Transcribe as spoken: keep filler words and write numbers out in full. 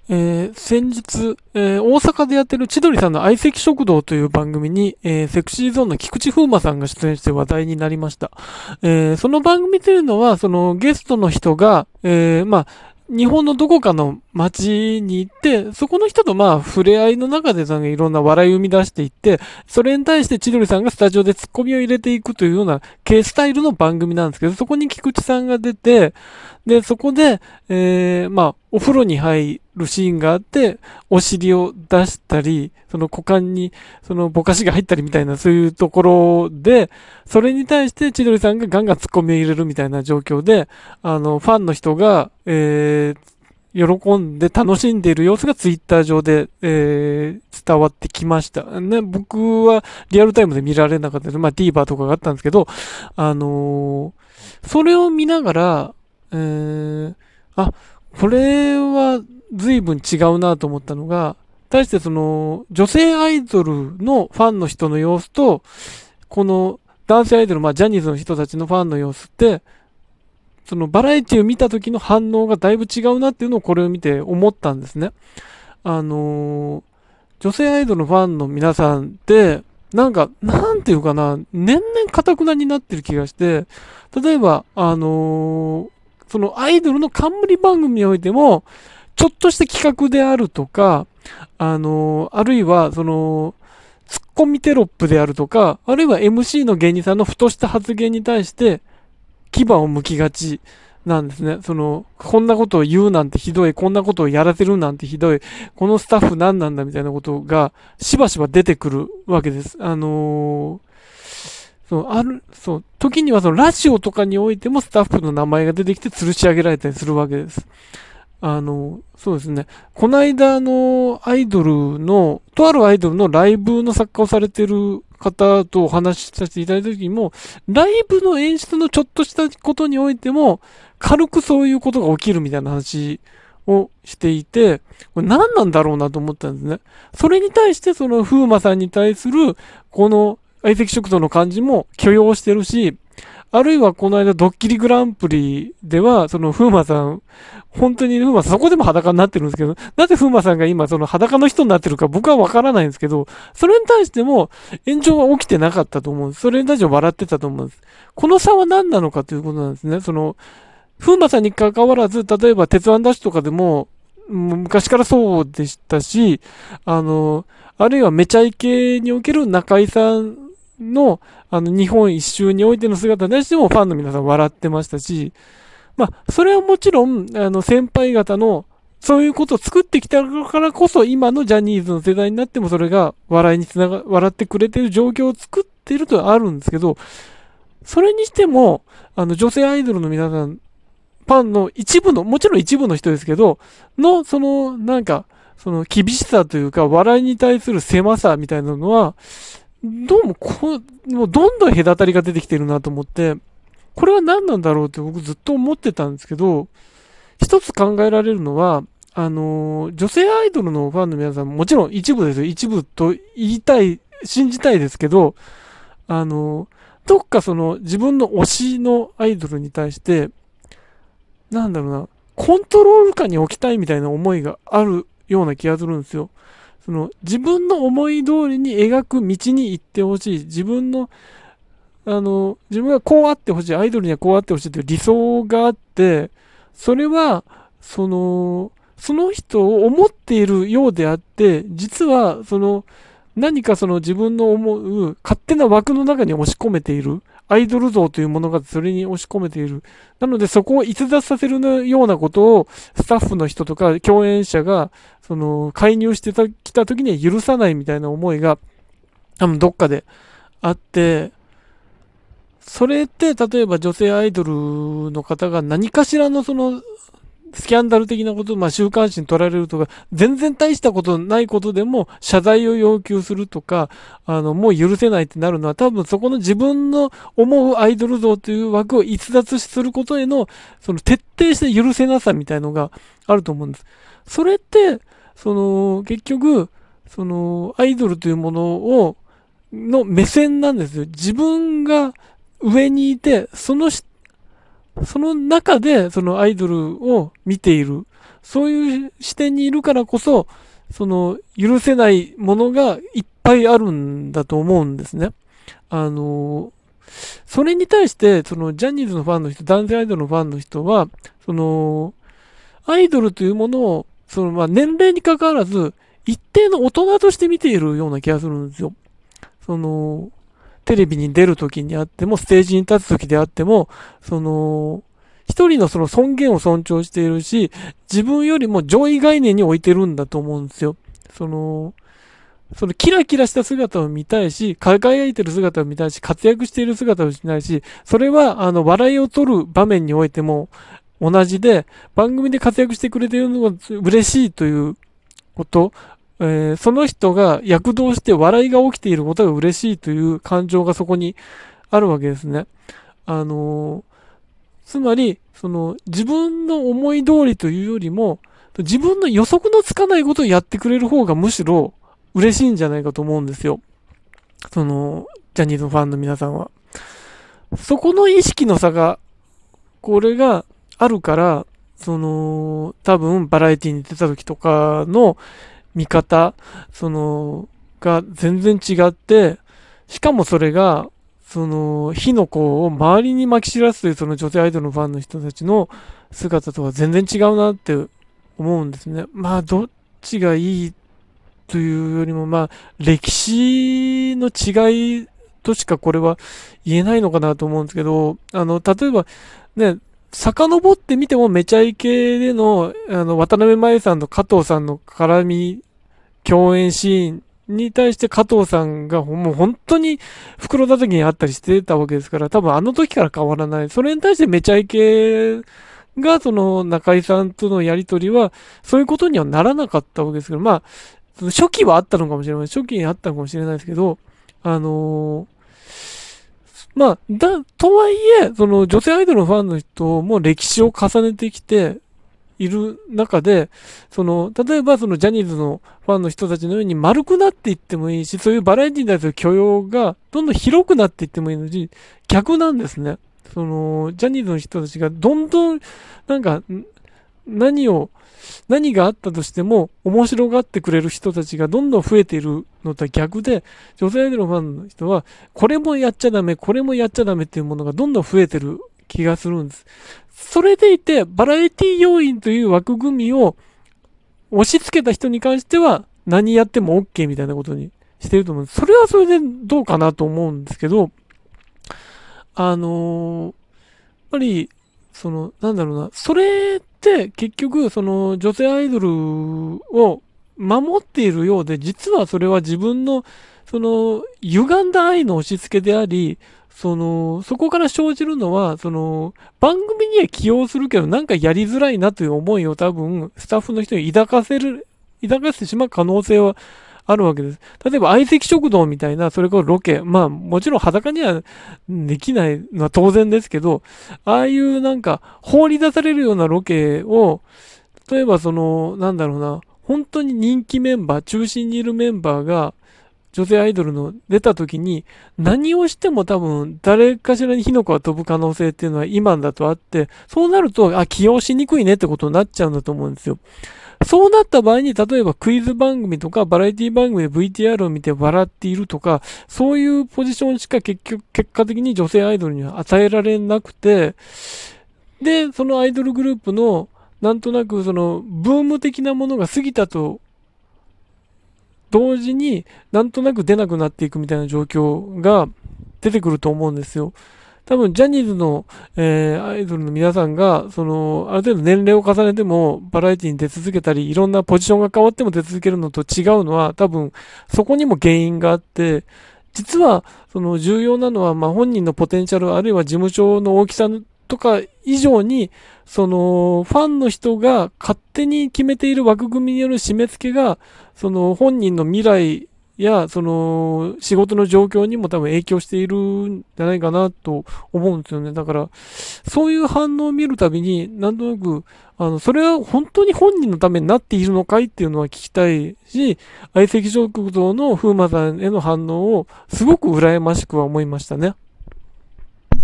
えー先日、えー大阪でやってる千鳥さんの相席食堂という番組に、えーセクシーゾーンの菊池風磨さんが出演して話題になりました。えーその番組というのは、そのゲストの人が、えーまあ、日本のどこかの街に行って、そこの人とまあ触れ合いの中でなんかいろんな笑いを生み出していって、それに対して千鳥さんがスタジオでツッコミを入れていくというような系スタイルの番組なんですけど、そこに菊池さんが出て、で、そこで、えー、まあ、お風呂に入るシーンがあって、お尻を出したり、その股間に、そのぼかしが入ったりみたいな、そういうところで、それに対して千鳥さんがガンガン突っ込みを入れるみたいな状況で、あの、ファンの人が、えー、喜んで楽しんでいる様子がツイッター上で、えー、伝わってきました。ね、僕はリアルタイムで見られなかったです。まあ、TVer とかがあったんですけど、あのーそれを見ながら、えー、あ、これは随分違うなと思ったのが、対してその、女性アイドルのファンの人の様子と、この男性アイドル、まあジャニーズの人たちのファンの様子って、そのバラエティを見た時の反応がだいぶ違うなっていうのをこれを見て思ったんですね。あのー女性アイドルのファンの皆さんって、なんか、なんていうかな、年々堅くなになってる気がして、例えば、あのーそのアイドルの冠番組においても、ちょっとした企画であるとか、あのーあるいは、その、ツッコミテロップであるとか、あるいは エムシー の芸人さんのふとした発言に対して、牙を剥きがちなんですね。その、こんなことを言うなんてひどい、こんなことをやらせるなんてひどい、このスタッフ何なんだみたいなことがしばしば出てくるわけです。あのーそう、ある、そう、時にはそのラジオとかにおいてもスタッフの名前が出てきて吊るし上げられたりするわけです。あの、そうですね。この間のアイドルの、とあるアイドルのライブの作家をされてる方とお話しさせていただいた時にも、ライブの演出のちょっとしたことにおいても、軽くそういうことが起きるみたいな話をしていて、これ何なんだろうなと思ったんですね。それに対してその風磨さんに対する、この相席食堂の感じも許容してるし、あるいはこの間ドッキリグランプリでは、その風磨さん、本当に風磨さん、そこでも裸になってるんですけど、なぜ風磨さんが今その裸の人になってるか僕はわからないんですけど、それに対しても炎上は起きてなかったと思うんです。それに対して笑ってたと思うんです。この差は何なのかということなんですね。その、風磨さんに関わらず、例えば鉄腕ダッシュとかでも、昔からそうでしたし、あの、あるいはめちゃイケにおける中井さんの、あの、日本一周においての姿に対してもファンの皆さん笑ってましたし、まあ、それはもちろん、あの、先輩方の、そういうことを作ってきたからこそ、今のジャニーズの世代になってもそれが笑いにつなが、笑ってくれてる状況を作っているとはあるんですけど、それにしても、あの、女性アイドルの皆さん、ファンの一部の、もちろん一部の人ですけど、の、その、なんか、その厳しさというか、笑いに対する狭さみたいなのは、どうもこう、もうどんどん隔たりが出てきてるなと思って、これは何なんだろうって僕ずっと思ってたんですけど、一つ考えられるのは、あのー女性アイドルのファンの皆さんももちろん一部ですよ。一部と言いたい、信じたいですけど、あのーどっかその自分の推しのアイドルに対して、なんだろうな、コントロール下に置きたいみたいな思いがあるような気がするんですよ。その自分の思い通りに描く道に行ってほしい。自分の、あの、自分がこうあってほしい。アイドルにはこうあってほしいという理想があって、それは、その、その人を思っているようであって、実は、その、何かその自分の思う勝手な枠の中に押し込めている。アイドル像というものがそれに押し込めている。なのでそこを逸脱させるようなことをスタッフの人とか共演者がその介入してきた時には許さないみたいな思いが多分どっかであって、それって例えば女性アイドルの方が何かしらのそのスキャンダル的なこと、まあ、週刊誌に取られるとか、全然大したことないことでも謝罪を要求するとか、あの、もう許せないってなるのは、多分そこの自分の思うアイドル像という枠を逸脱することへの、その徹底して許せなさみたいのがあると思うんです。それって、その、結局、その、アイドルというものを、の目線なんですよ。自分が上にいて、そのその中で、そのアイドルを見ている。 そういう視点にいるからこそ、その、許せないものがいっぱいあるんだと思うんですね。あの、それに対して、その、ジャニーズのファンの人、男性アイドルのファンの人は、その、アイドルというものを、その、まあ、年齢に関わらず、一定の大人として見ているような気がするんですよ。その、テレビに出るときにあっても、ステージに立つときであっても、その、一人のその尊厳を尊重しているし、自分よりも上位概念に置いてるんだと思うんですよ。その、そのキラキラした姿を見たいし、輝いてる姿を見たいし、活躍している姿を見たいし、それは、あの、笑いを取る場面においても同じで、番組で活躍してくれているのが嬉しいということ、えー、その人が躍動して笑いが起きていることが嬉しいという感情がそこにあるわけですね。あのー、つまり、その、自分の思い通りというよりも、自分の予測のつかないことをやってくれる方がむしろ嬉しいんじゃないかと思うんですよ。その、ジャニーズのファンの皆さんは。そこの意識の差が、これがあるから、その、多分バラエティに出た時とかの見方、その、が全然違って、しかもそれが、その、火の粉を周りに撒き散らすというその女性アイドルのファンの人たちの姿とは全然違うなって思うんですね。まあ、どっちがいいというよりも、まあ、歴史の違いとしかこれは言えないのかなと思うんですけど、あの、例えば、ね、遡ってみてもめちゃイケでの、あの、渡辺麻衣さんと加藤さんの絡み、共演シーンに対して加藤さんがもう本当に袋叩きにあったりしてたわけですから、多分あの時から変わらない。それに対してめちゃイケが、その中井さんとのやりとりは、そういうことにはならなかったわけですけど、まあ、初期はあったのかもしれない。初期にあったのかもしれないですけど、あのーまあ、だ、とはいえ、その女性アイドルのファンの人も歴史を重ねてきている中で、その、例えばそのジャニーズのファンの人たちのように丸くなっていってもいいし、そういうバラエティに対する許容がどんどん広くなっていってもいいのに、逆なんですね。その、ジャニーズの人たちがどんどん、なんか、何を、何があったとしても面白がってくれる人たちがどんどん増えているのとは逆で、女性アイドルファンの人は、これもやっちゃダメ、これもやっちゃダメっていうものがどんどん増えてる気がするんです。それでいて、バラエティ要員という枠組みを押し付けた人に関しては、何やっても OK みたいなことにしてると思うんです。それはそれでどうかなと思うんですけど、あのー、やっぱり、その、なんだろうな、それって結局、その女性アイドルを守っているようで、実はそれは自分の、その、歪んだ愛の押し付けであり、その、そこから生じるのは、その、番組には起用するけど、なんかやりづらいなという思いを多分、スタッフの人に抱かせる、抱かせてしまう可能性はあるわけです。例えば相席食堂みたいな、それこそロケ。まあもちろん裸にはできないのは当然ですけど、ああいうなんか放り出されるようなロケを、例えばその、なんだろうな、本当に人気メンバー、中心にいるメンバーが、女性アイドルの出た時に、何をしても多分誰かしらに火の粉が飛ぶ可能性っていうのは今だとあって、そうなると、あ、起用しにくいねってことになっちゃうんだと思うんですよ。そうなった場合に、例えばクイズ番組とかバラエティ番組で ブイティーアール を見て笑っているとか、そういうポジションしか結局、結果的に女性アイドルには与えられなくて、で、そのアイドルグループの、なんとなくその、ブーム的なものが過ぎたと、同時になんとなく出なくなっていくみたいな状況が出てくると思うんですよ。多分、ジャニーズの、えー、アイドルの皆さんが、その、ある程度年齢を重ねても、バラエティに出続けたり、いろんなポジションが変わっても出続けるのと違うのは、多分、そこにも原因があって、実は、その、重要なのは、まあ、本人のポテンシャル、あるいは事務所の大きさとか以上に、その、ファンの人が勝手に決めている枠組みによる締め付けが、その、本人の未来、や、その、仕事の状況にも多分影響しているんじゃないかなと思うんですよね。だから、そういう反応を見るたびに、なんとなく、あの、それは本当に本人のためになっているのかいっていうのは聞きたいし、相席食堂の風磨さんへの反応をすごく羨ましくは思いましたね。